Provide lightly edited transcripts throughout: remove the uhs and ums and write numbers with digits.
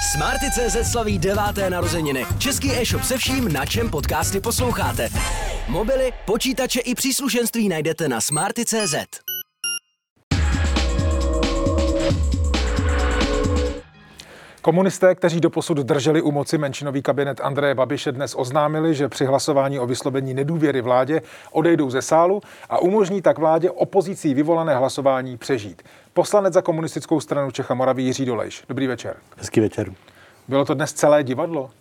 Smarty.cz slaví 9. narozeniny. Český e-shop se vším, na čem podcasty posloucháte. Mobily, počítače i příslušenství najdete na Smarty.cz. Komunisté, kteří doposud drželi u moci menšinový kabinet Andreje Babiše, dnes oznámili, že při hlasování o vyslovení nedůvěry vládě odejdou ze sálu a umožní tak vládě opozicí vyvolané hlasování přežít. Poslanec za Komunistickou stranu Čech a Moravy Jiří Dolejš. Dobrý večer. Hezký večer. Bylo to dnes celé divadlo?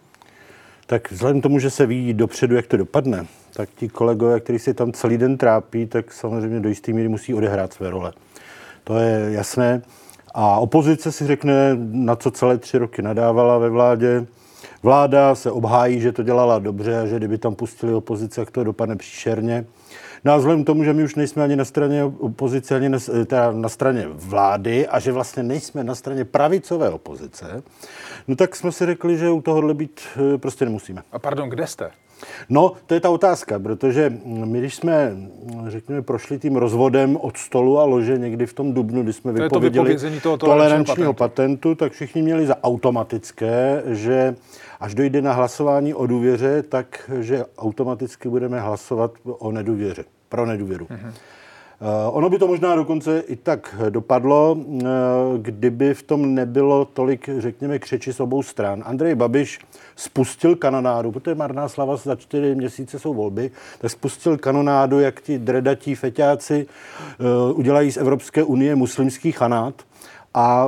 Tak vzhledem k tomu, že se ví dopředu, jak to dopadne, tak ti kolegové, kteří se tam celý den trápí, tak samozřejmě do jisté míry musí odehrát své role. To je jasné. A opozice si řekne, na co celé 3 roky nadávala ve vládě. Vláda se obhájí, že to dělala dobře a že kdyby tam pustili opozice, jak to dopadne příšerně. No a vzhledem k tomu, že my už nejsme ani na straně opozice, ani na straně vlády a že vlastně nejsme na straně pravicové opozice, no tak jsme si řekli, že u tohohle být prostě nemusíme. A pardon, kde jste? No, to je ta otázka, protože my, když jsme, řekněme, prošli tím rozvodem od stolu a lože někdy v tom dubnu, kdy jsme vypověděli tolerančního patentu, tak všichni měli za automatické, že až dojde na hlasování o důvěře, takže automaticky budeme hlasovat o nedůvěře, pro nedůvěru. Ono by to možná dokonce i tak dopadlo, kdyby v tom nebylo tolik, řekněme, křeči s obou stran. Andrej Babiš spustil kanonádu, protože marná slava, za 4 měsíce jsou volby, tak spustil kanonádu, jak ti dredatí feťáci udělají z Evropské unie muslimský chanát. A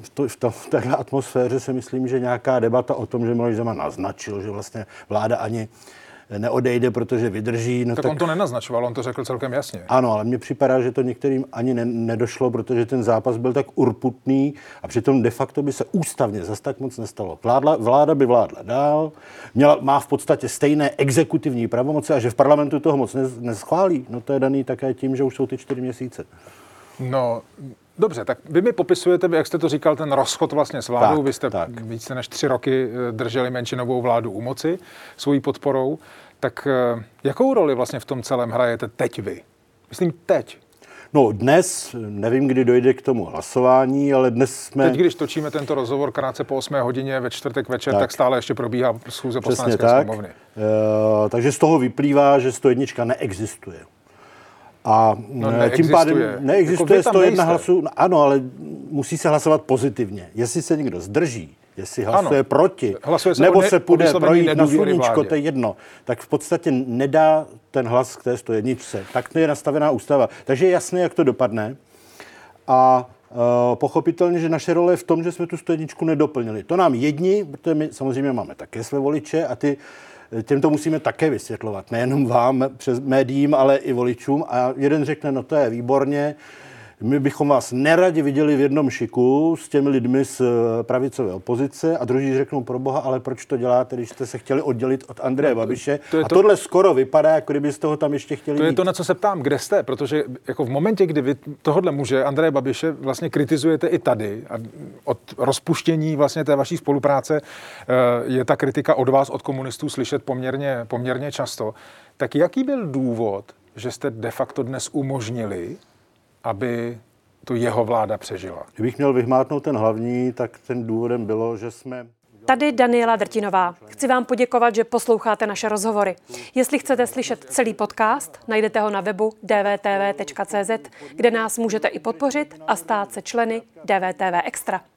v téhle atmosféře si myslím, že nějaká debata o tom, že Miloš Zeman naznačil, že vlastně vláda ani neodejde, protože vydrží. No tak on to nenaznačoval, on to řekl celkem jasně. Ano, ale mně připadá, že to některým ani nedošlo, protože ten zápas byl tak urputný a přitom de facto by se ústavně zas tak moc nestalo. Vláda by vládla dál, má v podstatě stejné exekutivní pravomoci a že v parlamentu toho moc neschválí. No to je daný také tím, že už jsou ty 4 měsíce. No, dobře, tak vy mi popisujete, jak jste to říkal, ten rozchod vlastně s vládou. Vy jste více než 3 roky drželi menšinovou vládu u moci svojí podporou. Tak jakou roli vlastně v tom celém hrajete teď vy? Myslím teď. No dnes, nevím, kdy dojde k tomu hlasování, ale dnes jsme... Teď, když točíme tento rozhovor krátce po 8 hodině ve čtvrtek večer, tak stále ještě probíhá schůze Poslanecké sněmovny. Takže z toho vyplývá, že 101 neexistuje. A tím pádem neexistuje jako 101 hlasů. Ano, ale musí se hlasovat pozitivně. Jestli se někdo zdrží, jestli hlasuje proti, nebo se půjde projít na sluníčko, to je jedno, tak v podstatě nedá ten hlas k té 101. Tak to je nastavená ústava. Takže je jasné, jak to dopadne. A pochopitelně, že naše role je v tom, že jsme tu 101 nedoplnili. To nám jedni, protože my samozřejmě máme také své voliče a těm to musíme také vysvětlovat. Nejenom vám přes médiím, ale i voličům. A jeden řekne, no to je výborně, my bychom vás neradi viděli v jednom šiku s těmi lidmi z pravicové opozice a druhý řeknou, proboha, ale proč to děláte, když jste se chtěli oddělit od Andreje Babiše. A tohle skoro vypadá, jako kdybyste ho tam ještě chtěli To je mít. to, na co se ptám, kde jste, protože jako v momentě, kdy vy tohodle muže Andreje Babiše vlastně kritizujete i tady a od rozpuštění vlastně té vaší spolupráce je ta kritika od vás, od komunistů slyšet poměrně často. Tak jaký byl důvod, že jste de facto dnes umožnili, aby to jeho vláda přežila? Kdybych měl vyhmátnout ten hlavní, tak ten důvodem bylo, že jsme... Tady Daniela Drtinová. Chci vám poděkovat, že posloucháte naše rozhovory. Jestli chcete slyšet celý podcast, najdete ho na webu dvtv.cz, kde nás můžete i podpořit a stát se členy DVTV Extra.